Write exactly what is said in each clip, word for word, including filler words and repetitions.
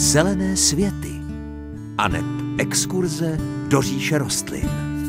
Zelené světy aneb exkurze do říše rostlin.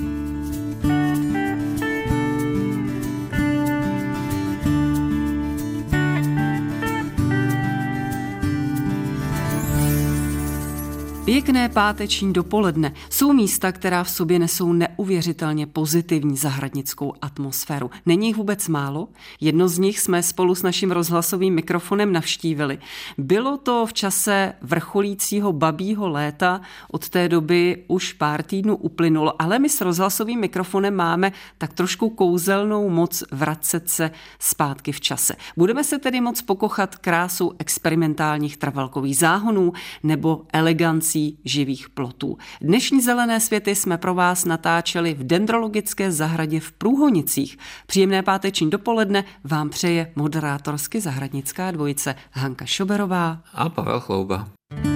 Pěkné páteční dopoledne jsou místa, která v sobě nesou neuvěřitelně pozitivní zahradnickou atmosféru. Není jich vůbec málo? Jedno z nich jsme spolu s naším rozhlasovým mikrofonem navštívili. Bylo to v čase vrcholícího babího léta, od té doby už pár týdnů uplynulo, ale my s rozhlasovým mikrofonem máme tak trošku kouzelnou moc vracet se zpátky v čase. Budeme se tedy moc pokochat krásou experimentálních trvalkových záhonů nebo elegancí živých plotů. Dnešní Zelené světy jsme pro vás natáčeli v dendrologické zahradě v Průhonicích. Příjemné páteční dopoledne vám přeje moderátorsky zahradnická dvojice Hanka Šoberová a Pavel Chlouba.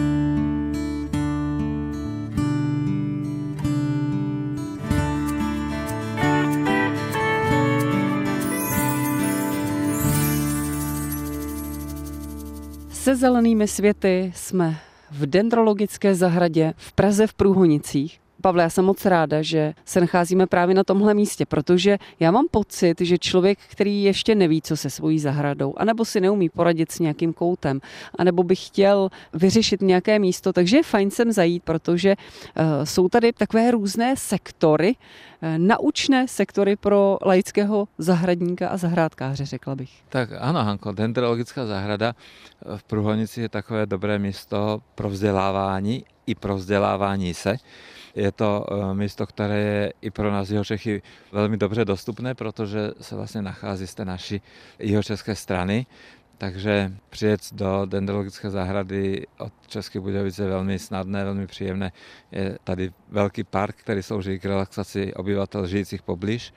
Se Zelenými světy jsme v dendrologické zahradě v Praze v Průhonicích. Pavle, já jsem moc ráda, že se nacházíme právě na tomhle místě, protože já mám pocit, že člověk, který ještě neví, co se svojí zahradou, anebo si neumí poradit s nějakým koutem, anebo by chtěl vyřešit nějaké místo, takže je fajn sem zajít, protože uh, jsou tady takové různé sektory, uh, naučné sektory pro laického zahradníka a zahrádkáře, řekla bych. Tak ano, Hanko, dendrologická zahrada v Průhonicích je takové dobré místo pro vzdělávání i pro vzdělávání se. Je to místo, které je i pro nás Jihočechy velmi dobře dostupné, protože se vlastně nachází z té naší jihočeské strany. Takže přijet do dendrologické zahrady od České Budějovice je velmi snadné, velmi příjemné. Je tady velký park, který slouží k relaxaci obyvatel žijících poblíž.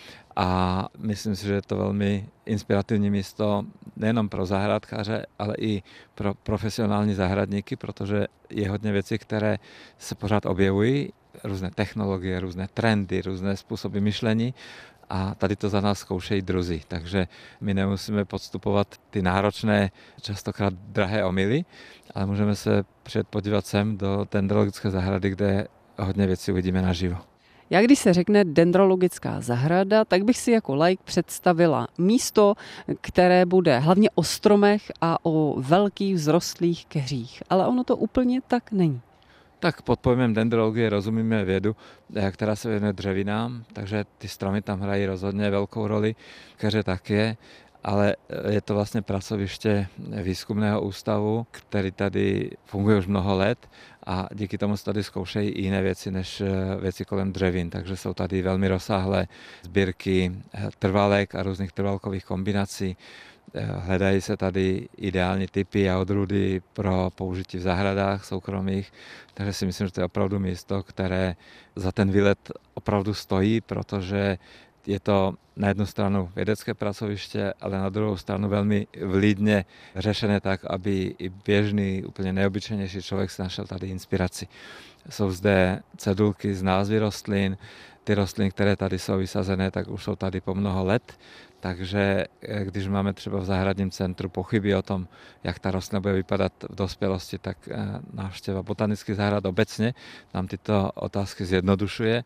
A myslím si, že je to velmi inspirativní místo nejenom pro zahrádkáře, ale i pro profesionální zahradníky, protože je hodně věcí, které se pořád objevují, různé technologie, různé trendy, různé způsoby myšlení a tady to za nás zkoušejí druzí. Takže my nemusíme podstupovat ty náročné, častokrát drahé omyly, ale můžeme se přijet podívat sem do dendrologické zahrady, kde hodně věcí uvidíme naživo. Já když se řekne dendrologická zahrada, tak bych si jako laik představila místo, které bude hlavně o stromech a o velkých vzrostlých keřích. Ale ono to úplně tak není. Tak pod pojmem dendrologie rozumíme vědu, která se věnuje dřevinám, takže ty stromy tam hrají rozhodně velkou roli, keře taky, ale je to vlastně pracoviště výzkumného ústavu, který tady funguje už mnoho let a díky tomu se tady zkoušejí i jiné věci než věci kolem dřevin. Takže jsou tady velmi rozsáhlé sbírky trvalek a různých trvalkových kombinací. Hledají se tady ideální typy a odrůdy pro použití v zahradách soukromých, takže si myslím, že to je opravdu místo, které za ten výlet opravdu stojí, protože je to na jednu stranu vědecké pracoviště, ale na druhou stranu velmi vlídně řešené tak, aby i běžný, úplně neobyčejnější člověk si našel tady inspiraci. Jsou zde cedulky z názvy rostlin, ty rostliny, které tady jsou vysazené, tak už jsou tady po mnoho let, takže když máme třeba v zahradním centru pochyby o tom, jak ta rostlina bude vypadat v dospělosti, tak návštěva botanických zahrad obecně nám tyto otázky zjednodušuje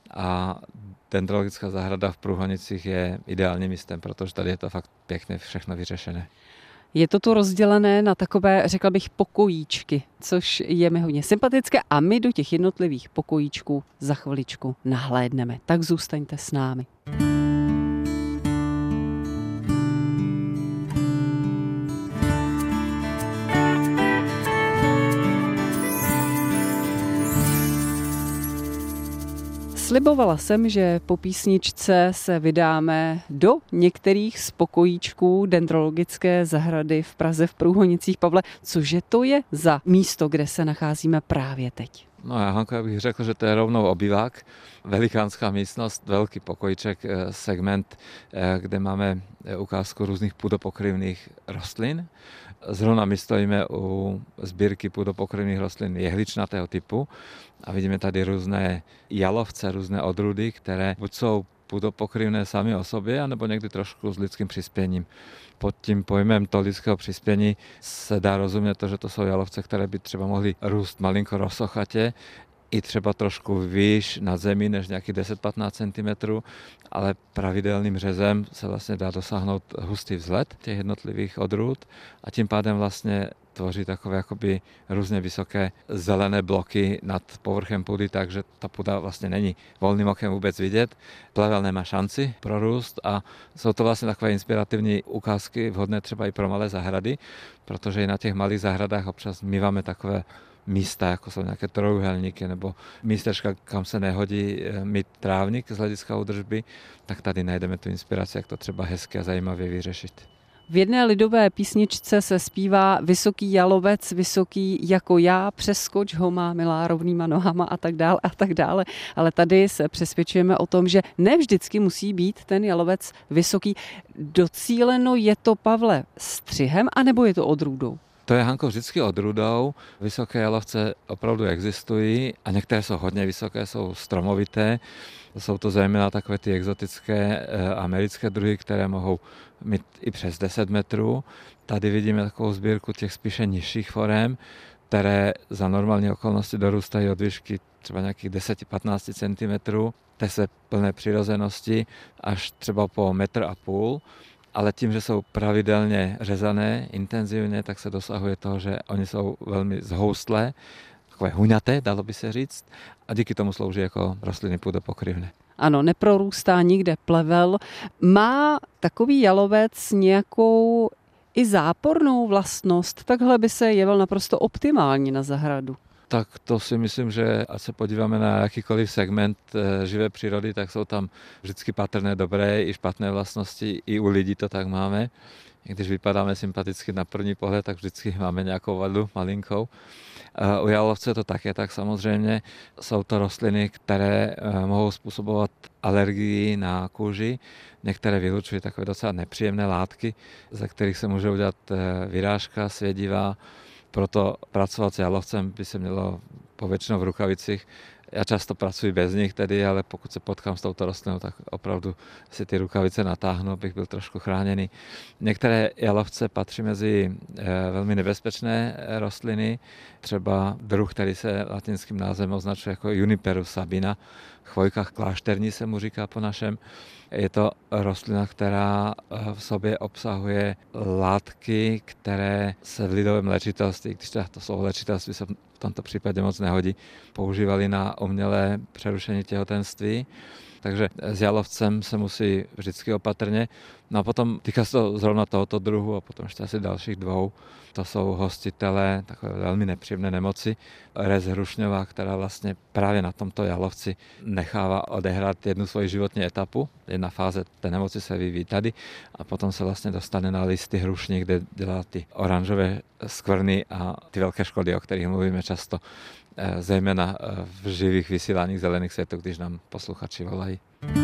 a dendrologická zahrada v Průhonicích je ideálním místem, protože tady je to fakt pěkně všechno vyřešené. Je to tu rozdělené na takové, řekla bych, pokojíčky, což je mi hodně sympatické a my do těch jednotlivých pokojíčků za chviličku nahlédneme. Tak zůstaňte s námi. Slibovala jsem, že po písničce se vydáme do některých z pokojíčků dendrologické zahrady v Praze v Průhonicích. Pavle, cože to je za místo, kde se nacházíme právě teď? No já, Hanko, já bych řekl, že to je rovnou obývák, velikánská místnost, velký pokojíček, segment, kde máme ukázku různých půdopokryvných rostlin. Zrovna my stojíme u sbírky půdopokryvných rostlin jehličnatého typu a vidíme tady různé jalovce, různé odrůdy, které buď jsou půdopokryvné sami o sobě, anebo někdy trošku s lidským přispěním. Pod tím pojmem toho lidského přispění se dá rozumět to, že to jsou jalovce, které by třeba mohly růst malinko rozsochatě, i třeba trošku výš nad zemí než nějakých deset až patnáct centimetrů, ale pravidelným řezem se vlastně dá dosáhnout hustý vzhled těch jednotlivých odrůd a tím pádem vlastně tvoří takové jakoby různě vysoké zelené bloky nad povrchem půdy, takže ta půda vlastně není volným okem vůbec vidět. Plevel nemá šanci pro růst a jsou to vlastně takové inspirativní ukázky vhodné třeba i pro malé zahrady, protože i na těch malých zahradách občas míváme takové místa, jako jsou nějaké trojuhelníky nebo místečka, kam se nehodí mít trávník z hlediska údržby, tak tady najdeme tu inspiraci, jak to třeba hezky a zajímavě vyřešit. V jedné lidové písničce se zpívá vysoký jalovec, vysoký jako já, přeskoč ho má milá rovnýma nohama a tak dále a tak dále. Ale tady se přesvědčujeme o tom, že ne vždycky musí být ten jalovec vysoký. Docíleno je to, Pavle, střihem anebo je to odrůdou? To je, Hanko, vždycky odrůdou. Vysoké jalovce opravdu existují a některé jsou hodně vysoké, jsou stromovité. Jsou to zejména takové ty exotické americké druhy, které mohou mít i přes deset metrů. Tady vidíme takovou sbírku těch spíše nižších forem, které za normální okolnosti dorůstají od výšky třeba nějakých deset až patnáct centimetrů. Te se plné přirozenosti až třeba po metr a půl. Ale tím, že jsou pravidelně řezané intenzivně, tak se dosahuje toho, že oni jsou velmi zhoustlé, takové huňaté, dalo by se říct, a díky tomu slouží jako rostliny půdopokryvné. Ano, neprorůstá nikde plevel. Má takový jalovec nějakou i zápornou vlastnost? Takhle by se jevil naprosto optimální na zahradu. Tak to si myslím, že ať se podíváme na jakýkoliv segment živé přírody, tak jsou tam vždycky patrné dobré i špatné vlastnosti. I u lidí to tak máme. I když vypadáme sympaticky na první pohled, tak vždycky máme nějakou vadu malinkou. U jalovce to také tak samozřejmě. Jsou to rostliny, které mohou způsobovat alergii na kůži. Některé vylučují takové docela nepříjemné látky, ze kterých se může udělat vyrážka svědivá. Proto pracovat s jalovcem by se mělo povětšinou v rukavicích. Já často pracuji bez nich tedy, ale pokud se potkám s touto rostlinou, tak opravdu si ty rukavice natáhnu, abych byl trošku chráněný. Některé jalovce patří mezi velmi nebezpečné rostliny, třeba druh, který se latinským názvem označuje jako Juniperus sabina, chvojka klášterní se mu říká po našem. Je to rostlina, která v sobě obsahuje látky, které se v lidovém léčitelství, když to jsou léčitelství, se v tomto případě moc nehodí, používali na umělé přerušení těhotenství. Takže s jalovcem se musí vždycky opatrně. No a potom týká se to zrovna tohoto druhu a potom ještě asi dalších dvou. To jsou hostitelé takové velmi nepříjemné nemoci. Rez hrušňová, která vlastně právě na tomto jalovci nechává odehrát jednu svoji životní etapu. Jedna fáze té nemoci se vyvíjí tady a potom se vlastně dostane na listy hrušní, kde dělá ty oranžové skvrny a ty velké škody, o kterých mluvíme často, zejména v živých vysíláních zelených světů, když nám posluchači volají.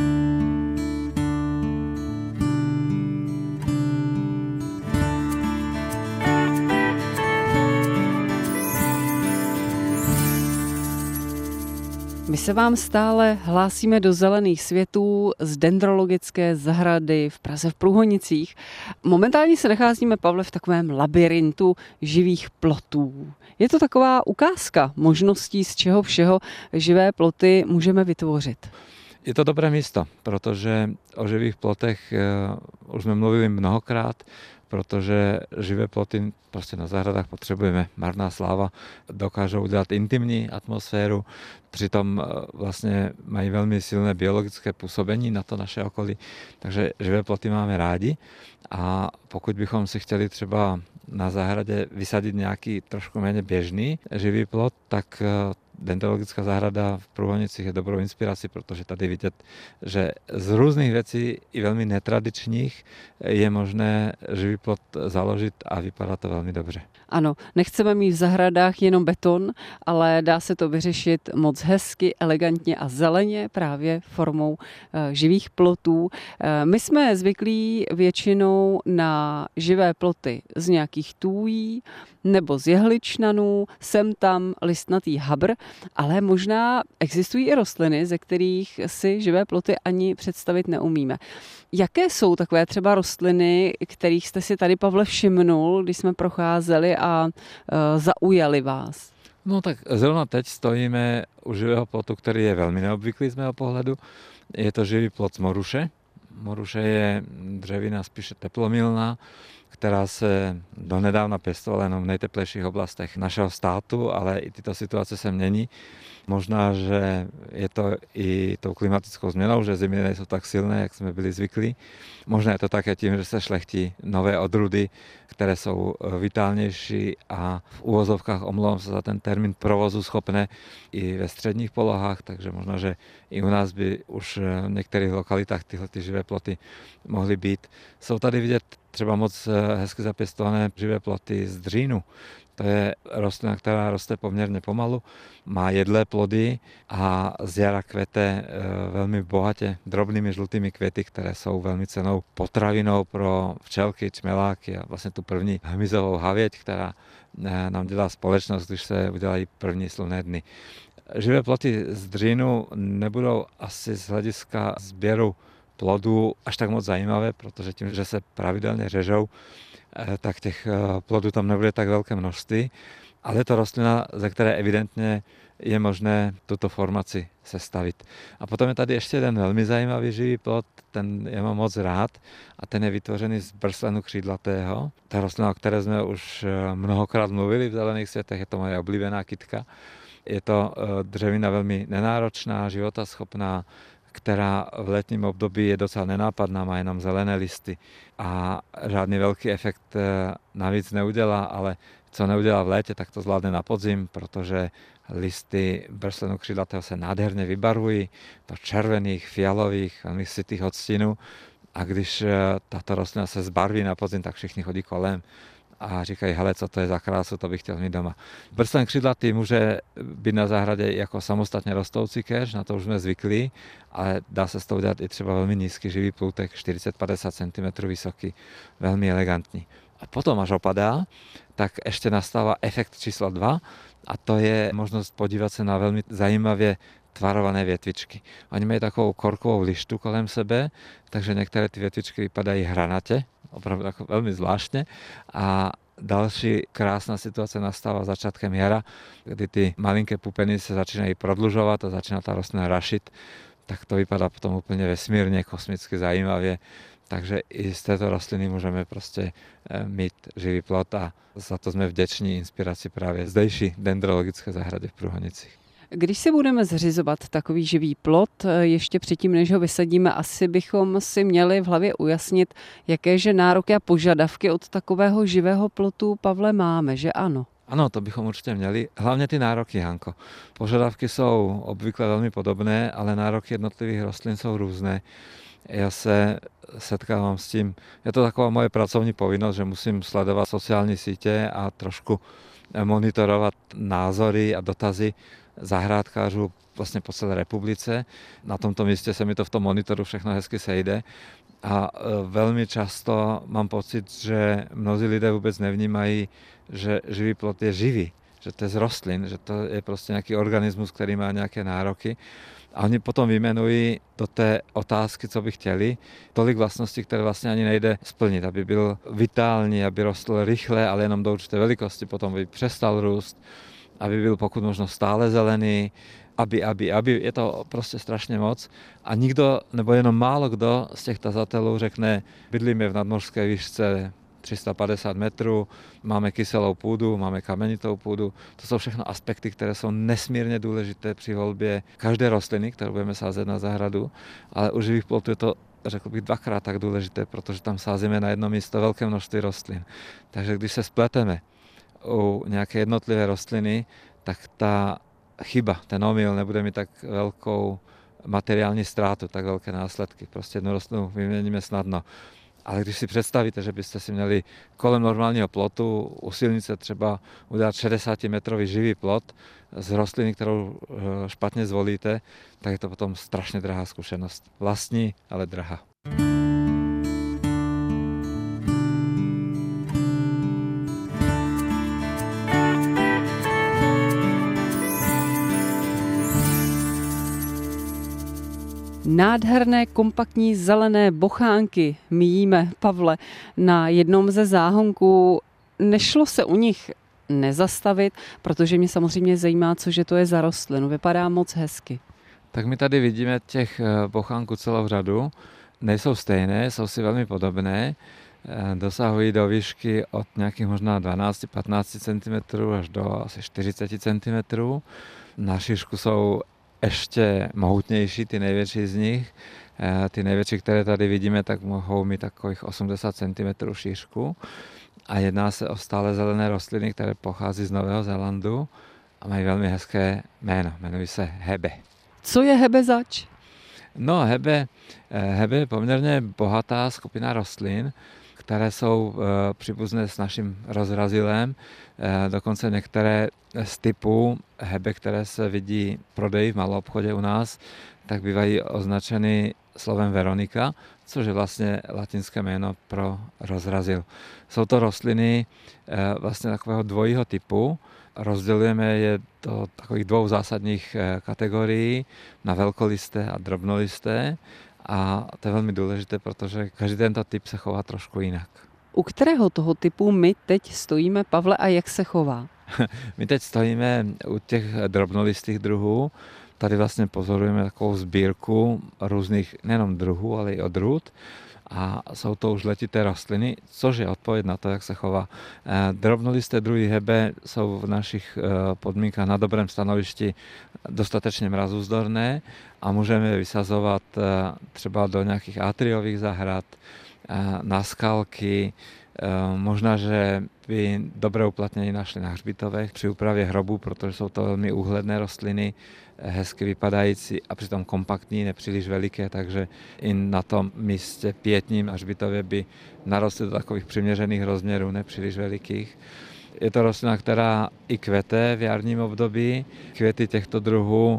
My se vám stále hlásíme do zelených světů z dendrologické zahrady v Praze v Průhonicích. Momentálně se nacházíme, Pavle, v takovém labirintu živých plotů. Je to taková ukázka možností, z čeho všeho živé ploty můžeme vytvořit. Je to dobré místo, protože o živých plotech už jsme mluvili mnohokrát, protože živé ploty prostě na zahradách potřebujeme. Marná sláva dokážou udělat intimní atmosféru, přitom vlastně mají velmi silné biologické působení na to naše okolí, takže živé ploty máme rádi a pokud bychom si chtěli třeba na zahradě vysadit nějaký trošku méně běžný živý plot, tak dendrologická zahrada v Průhonicích je dobrou inspirací, protože tady vidět, že z různých věcí i velmi netradičních je možné živý plot založit a vypadá to velmi dobře. Ano, nechceme mít v zahradách jenom beton, ale dá se to vyřešit moc hezky, elegantně a zeleně právě formou e, živých plotů. E, my jsme zvyklí většinou na živé ploty z nějakých tůjí nebo z jehličnanů, sem tam listnatý habr. ale možná existují i rostliny, ze kterých si živé ploty ani představit neumíme. Jaké jsou takové třeba rostliny, kterých jste si tady, Pavle, všimnul, když jsme procházeli a e, zaujali vás? No tak zrovna teď stojíme u živého plotu, který je velmi neobvyklý z mého pohledu. Je to živý plot z moruše. Moruše je dřevina spíše teplomilná, která se donedávna pěstovala jenom v nejteplejších oblastech našeho státu, ale i tyto situace se mění. Možná, že je to i tou klimatickou změnou, že zimy nejsou tak silné, jak jsme byli zvyklí. Možná je to také tím, že se šlechtí nové odrůdy, které jsou vitálnější a v úvozovkách, omlouvám se za ten termín, provozu schopné i ve středních polohách, takže možná, že i u nás by už v některých lokalitách tyhle ty živé ploty mohly být. Jsou tady vidět třeba moc hezky zapěstované živé ploty z dřínu. To je rostlina, která roste poměrně pomalu, má jedlé plody a z jara kvete velmi bohatě drobnými žlutými květy, které jsou velmi cennou potravinou pro včelky, čmeláky a vlastně tu první hmyzovou havěť, která nám dělá společnost, když se udělají první slunné dny. Živé ploty z dřínu nebudou asi z hlediska sběru plodů až tak moc zajímavé, protože tím, že se pravidelně řežou, tak těch plodů tam nebude tak velké množství, ale je to rostlina, ze které evidentně je možné tuto formaci sestavit. A potom je tady ještě jeden velmi zajímavý živý plod, ten já mám moc rád a ten je vytvořený z brslenu křídlatého. Ta rostlina, o které jsme už mnohokrát mluvili v Zelených světech, je to moje oblíbená kytka. Je to dřevina velmi nenáročná, životaschopná, která v letním období je docela nenápadná, má jenom zelené listy a žádný velký efekt navíc neudělá, ale co neudělá v létě, tak to zvládne na podzim, protože listy brslenu křídlatého se nádherně vybarvují do červených, fialových, velmi sytých odstínů a když tato rostlina se zbarví na podzim, tak všichni chodí kolem a říkají, hele, co to je za krásu, to bych chtěl mít doma. Brstlen křídlatý může být na zahradě jako samostatně rostoucí kéř, na to už jsme zvyklí, ale dá se z toho udělat i třeba velmi nízký živý plůtek, čtyřicet až padesát centimetrů vysoký, velmi elegantní. A potom, až opadá, tak ještě nastává efekt číslo dva a to je možnost podívat se na velmi zajímavě tvarované větvičky. Oni mají takovou korkovou lištu kolem sebe, takže některé ty větvičky vypadají hranatě, opravdu jako velmi zvláštně. A další krásná situace nastává začátkem jara, kdy ty malinké pupeny se začínají prodlužovat a začíná ta rostlina rašit, tak to vypadá potom úplně vesmírně, kosmicky zajímavě. Takže i z této rostliny můžeme prostě mít živý plot a za to jsme vděční inspiraci právě zdejší dendrologické zahradě v Průhonicích. Když si budeme zřizovat takový živý plot, ještě předtím, než ho vysadíme, asi bychom si měli v hlavě ujasnit, jakéže nároky a požadavky od takového živého plotu, Pavle, máme, že ano? Ano, to bychom určitě měli. Hlavně ty nároky, Hanko. Požadavky jsou obvykle velmi podobné, ale nároky jednotlivých rostlin jsou různé. Já se setkávám s tím, je to taková moje pracovní povinnost, že musím sledovat sociální sítě a trošku monitorovat názory a dotazy zahrádkářů vlastně po celé republice. Na tomto místě se mi to v tom monitoru všechno hezky sejde a velmi často mám pocit, že mnozí lidé vůbec nevnímají, že živý plot je živý, že to je z rostlin, že to je prostě nějaký organismus, který má nějaké nároky. A oni potom vyjmenují do té otázky, co by chtěli, tolik vlastností, které vlastně ani nejde splnit, aby byl vitální, aby rostl rychle, ale jenom do určité velikosti, potom by přestal růst, aby byl pokud možno stále zelený, aby, aby, aby, je to prostě strašně moc. A nikdo, nebo jenom málo kdo z těch tazatelů řekne, bydlíme v nadmořské výšce tři sta padesát metrů, máme kyselou půdu, máme kamenitou půdu. To jsou všechno aspekty, které jsou nesmírně důležité při volbě každé rostliny, kterou budeme sázet na zahradu, ale u živých plotů je to, řekl bych, dvakrát tak důležité, protože tam sázíme na jedno místo velké množství rostlin. Takže když se spleteme u nějaké jednotlivé rostliny, tak ta chyba, ten omyl nebude mít tak velkou materiální ztrátu, tak velké následky. Prostě jednu rostlinu vyměníme snadno. Ale když si představíte, že byste si měli kolem normálního plotu u silnice třeba udělat šedesátimetrový živý plot z rostliny, kterou špatně zvolíte, tak je to potom strašně drahá zkušenost. Vlastní, ale drahá. Nádherné kompaktní zelené bochánky míjíme, Pavle, na jednom ze záhonků. Nešlo se u nich nezastavit, protože mě samozřejmě zajímá, cože to je za rostlinu. Vypadá moc hezky. Tak my tady vidíme těch bochánků celou řadu. Nejsou stejné, jsou si velmi podobné. Dosahují do výšky od nějakých možná dvanáct až patnáct centimetrů až do asi čtyřicet centimetrů. Na šířku jsou ještě mohutnější, ty největší z nich. Ty největší, které tady vidíme, tak mohou mít takových osmdesát centimetrů šířku. A jedná se o stále zelené rostliny, které pochází z Nového Zélandu a mají velmi hezké jméno. Jmenují se hebe. Co je hebe zač? No, hebe, hebe je poměrně bohatá skupina rostlin, které jsou e, příbuzné s naším rozrazilem. E, dokonce některé z typů hebe, které se vidí v prodeji v maloobchodě u nás, tak bývají označeny slovem Veronika, což je vlastně latinské jméno pro rozrazil. Jsou to rostliny e, vlastně takového dvojího typu. Rozdělujeme je do takových dvou zásadních kategorií, na velkolisté a drobnolisté. A to je velmi důležité, protože každý tento typ se chová trošku jinak. U kterého toho typu my teď stojíme, Pavle, a jak se chová? My teď stojíme u těch drobnolistých druhů. Tady vlastně pozorujeme takovou sbírku různých nejenom druhů, ale i odrůd. A jsou to už letité rostliny, což je odpověď na to, jak se chová. Drobnolisté druhy hebe jsou v našich podmínkách na dobrém stanovišti dostatečně mrazůzdorné a můžeme je vysazovat třeba do nějakých atriových zahrad, na skalky. Možná, že by dobré uplatnění našli na hřbitovech při úpravě hrobů, protože jsou to velmi úhledné rostliny, hezky vypadající a přitom kompaktní, nepříliš veliké, takže i na tom místě pietním a hřbitově by narostly do takových přiměřených rozměrů, nepříliš velikých. Je to rostlina, která i kvete v jarním období. Květy těchto druhů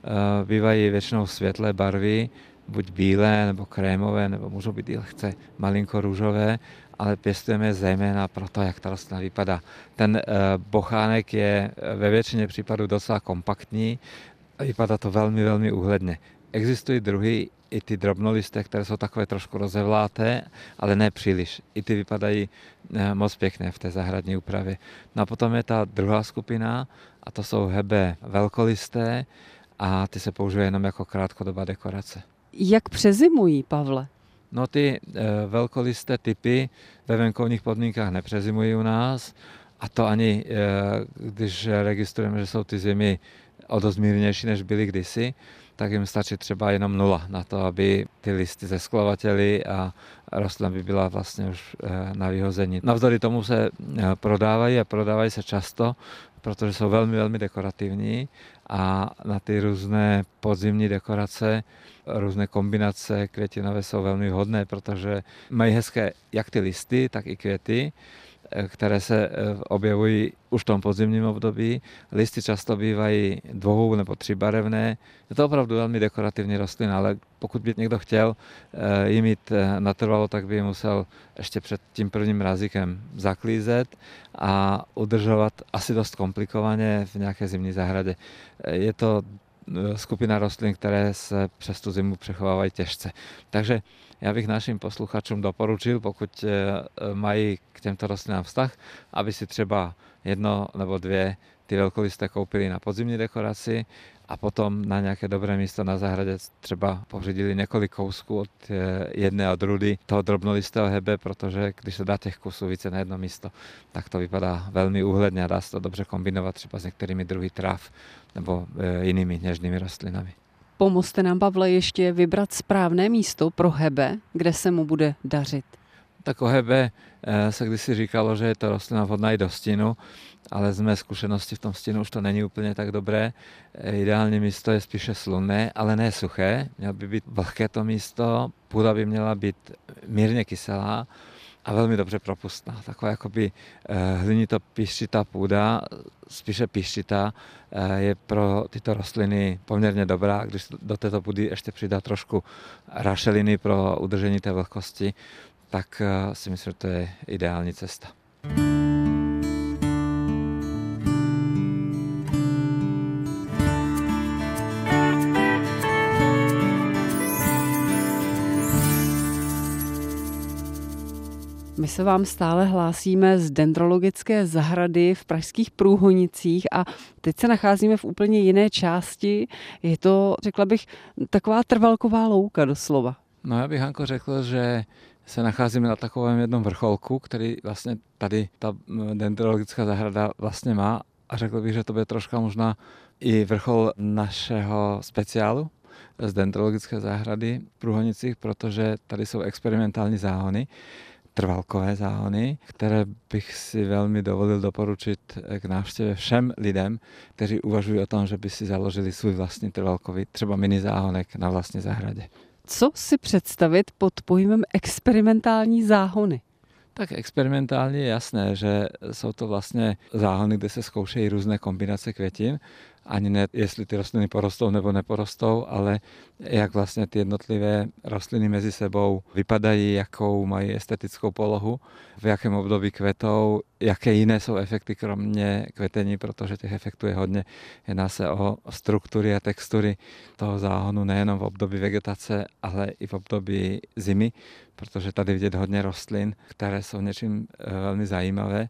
bývají většinou světlé barvy, buď bílé, nebo krémové, nebo můžou být i lehce malinko růžové, ale pěstujeme zejména proto, jak ta rostlina vypadá. Ten bochánek je ve většině případů docela kompaktní a vypadá to velmi, velmi úhledně. Existují druhy, i ty drobnolisté, které jsou takové trošku rozevláté, ale ne příliš. I ty vypadají moc pěkně v té zahradní úpravě. No a potom je ta druhá skupina, a to jsou hebe velkolisté, a ty se používají jenom jako krátkodobá dekorace. Jak přezimují, Pavle? No ty e, velkolisté typy ve venkovních podmínkách nepřezimují u nás a to ani, e, když registrujeme, že jsou ty zimy o dost mírnější, než byly kdysi, tak jim stačí třeba jenom nula na to, aby ty listy zesklovatěly a rostlina by byla vlastně už e, na vyhození. Navzdory tomu se e, prodávají a prodávají se často, protože jsou velmi, velmi dekorativní a na ty různé podzimní dekorace, různé kombinace květinové jsou velmi vhodné, protože mají hezké jak ty listy, tak i květy, které se objevují už v tom podzimním období. Listy často bývají dvou nebo tříbarevné. Je to opravdu velmi dekorativní rostlina, ale pokud by někdo chtěl ji mít natrvalo, tak by ji musel ještě před tím prvním mrazíkem zaklízet a udržovat asi dost komplikovaně v nějaké zimní zahradě. Je to skupina rostlin, které se přes tu zimu přechovávají těžce. Takže já bych našim posluchačům doporučil, pokud mají k těmto rostlinám vztah, aby si třeba jedno nebo dvě ty velkolisté koupili na podzimní dekoraci a potom na nějaké dobré místo na zahradě třeba pořídili několik kousků od jedné odrůdy toho drobnolistého hebe, protože když se dá těch kusů více na jedno místo, tak to vypadá velmi úhledně a dá se to dobře kombinovat třeba s některými druhy tráv nebo jinými něžnými rostlinami. Pomozte nám, Pavle, ještě vybrat správné místo pro hebe, kde se mu bude dařit. Tak o hebe se kdysi říkalo, že je to rostlina vhodná i do stínu, ale z mé zkušenosti v tom stínu už to není úplně tak dobré. Ideální místo je spíše slunné, ale ne suché. Mělo by být vlhké to místo, půda by měla být mírně kyselá a velmi dobře propustná. Taková jakoby hlinito píščitá půda, spíše píščitá, je pro tyto rostliny poměrně dobrá. Když do této půdy ještě přidá trošku rašeliny pro udržení té vlhkosti, tak si myslím, že to je ideální cesta. se vám stále hlásíme z dendrologické zahrady v pražských Průhonicích a teď se nacházíme v úplně jiné části. Je to, řekla bych, taková trvalková louka doslova. No já bych, Hanko, řekl, že se nacházíme na takovém jednom vrcholku, který vlastně tady ta dendrologická zahrada vlastně má a řekl bych, že to bude troška možná i vrchol našeho speciálu z dendrologické zahrady v Průhonicích, protože tady jsou experimentální záhony, trvalkové záhony, které bych si velmi dovolil doporučit k návštěvě všem lidem, kteří uvažují o tom, že by si založili svůj vlastní trvalkový, třeba mini záhonek na vlastní zahradě. Co si představit pod pojmem experimentální záhony? Tak experimentálně je jasné, že jsou to vlastně záhony, kde se zkoušejí různé kombinace květin. Ani ne, jestli ty rostliny porostou nebo neporostou, ale jak vlastně ty jednotlivé rostliny mezi sebou vypadají, jakou mají estetickou polohu, v jakém období kvetou, jaké jiné jsou efekty kromě kvetení, protože těch efektů je hodně. Jedná se o struktury a textury toho záhonu nejenom v období vegetace, ale i v období zimy, protože tady vidět hodně rostlin, které jsou něčím velmi zajímavé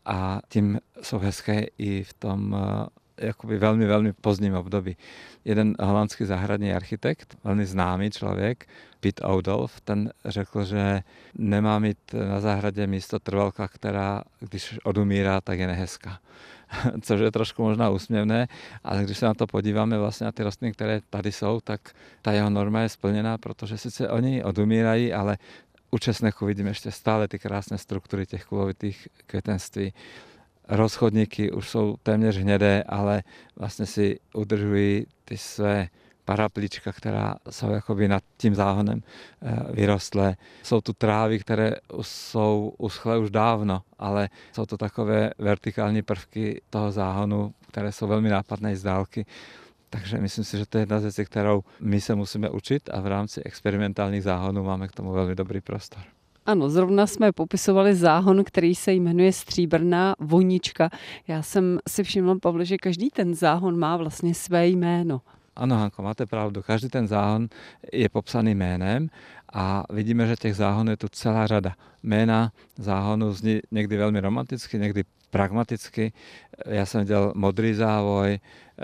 a tím jsou hezké i v tom jakoby velmi, velmi pozdním období. Jeden holandský zahradní architekt, velmi známý člověk, Piet Oudolf, ten řekl, že nemá mít na zahradě místo trvalka, která, když odumírá, tak je nehezká. Což je trošku možná úsměvné, ale když se na to podíváme vlastně na ty rostliny, které tady jsou, tak ta jeho norma je splněná, protože sice oni odumírají, ale u česnechu vidíme ještě stále ty krásné struktury těch kulovitých květenství. Rozchodníky už jsou téměř hnědé, ale vlastně si udržují ty své paraplíčka, která jsou jakoby nad tím záhonem vyrostlé. Jsou tu trávy, které jsou uschlé už dávno, ale jsou to takové vertikální prvky toho záhonu, které jsou velmi nápadné z dálky. Takže myslím si, že to je jedna z věcí, kterou my se musíme učit a v rámci experimentálních záhonů máme k tomu velmi dobrý prostor. Ano, zrovna jsme popisovali záhon, který se jmenuje Stříbrná vonička. Já jsem si všimla, Pavle, že každý ten záhon má vlastně své jméno. Ano, Hanko, máte pravdu. Každý ten záhon je popsaný jménem a vidíme, že těch záhonů je tu celá řada. Jména záhonu zní někdy velmi romanticky, někdy pragmaticky. Já jsem dělal modrý závoj,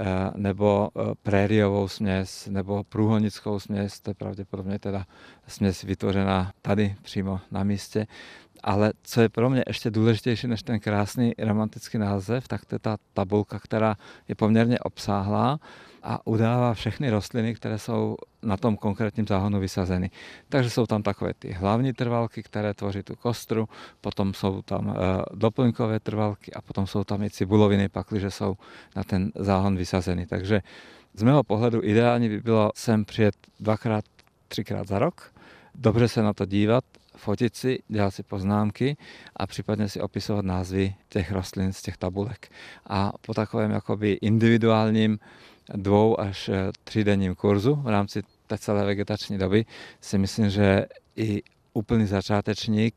nebo prériovou směs, nebo průhonickou směs, to je pravděpodobně teda směs vytvořená tady přímo na místě. Ale co je pro mě ještě důležitější než ten krásný romantický název, tak to je ta tabulka, která je poměrně obsáhlá a udává všechny rostliny, které jsou na tom konkrétním záhonu vysazeny. Takže jsou tam takové ty hlavní trvalky, které tvoří tu kostru, potom jsou tam e, doplňkové trvalky a potom jsou tam i cibuloviny, pakliže jsou na ten záhon vysazeny. Takže z mého pohledu ideálně by bylo sem přijet dvakrát, třikrát za rok, dobře se na to dívat, fotit si, dělat si poznámky a případně si opisovat názvy těch rostlin z těch tabulek. A po takovém jakoby individuálním dvou až třídenním kurzu v rámci té celé vegetační doby si myslím, že i úplný začátečník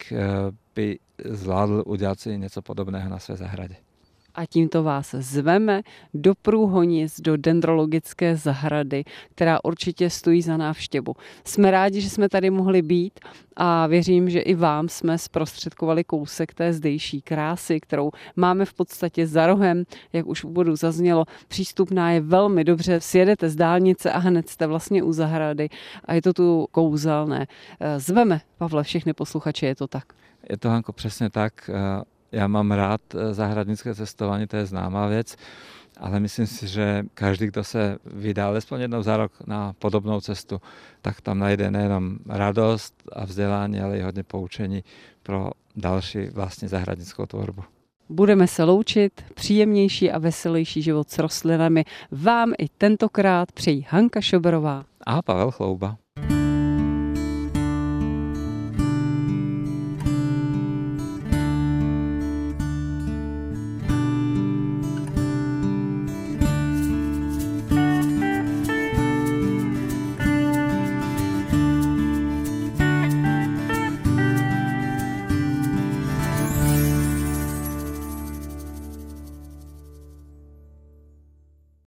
by zvládl udělat si něco podobného na své zahradě. A tímto vás zveme do Průhonic, do dendrologické zahrady, která určitě stojí za návštěvu. Jsme rádi, že jsme tady mohli být a věřím, že i vám jsme zprostředkovali kousek té zdejší krásy, kterou máme v podstatě za rohem, jak už v úvodu zaznělo. Přístupná je velmi dobře, sjedete z dálnice a hned jste vlastně u zahrady a je to tu kouzelné. Zveme, Pavle, všechny posluchače, je to tak? Je to, Hanko, přesně tak. Já mám rád zahradnické cestování, to je známá věc, ale myslím si, že každý, kdo se vydá alespoň jednou za rok na podobnou cestu, tak tam najde nejenom radost a vzdělání, ale i hodně poučení pro další vlastně zahradnickou tvorbu. Budeme se loučit, příjemnější a veselější život s rostlinami vám i tentokrát přejí Hanka Šoberová A Pavel Chlouba.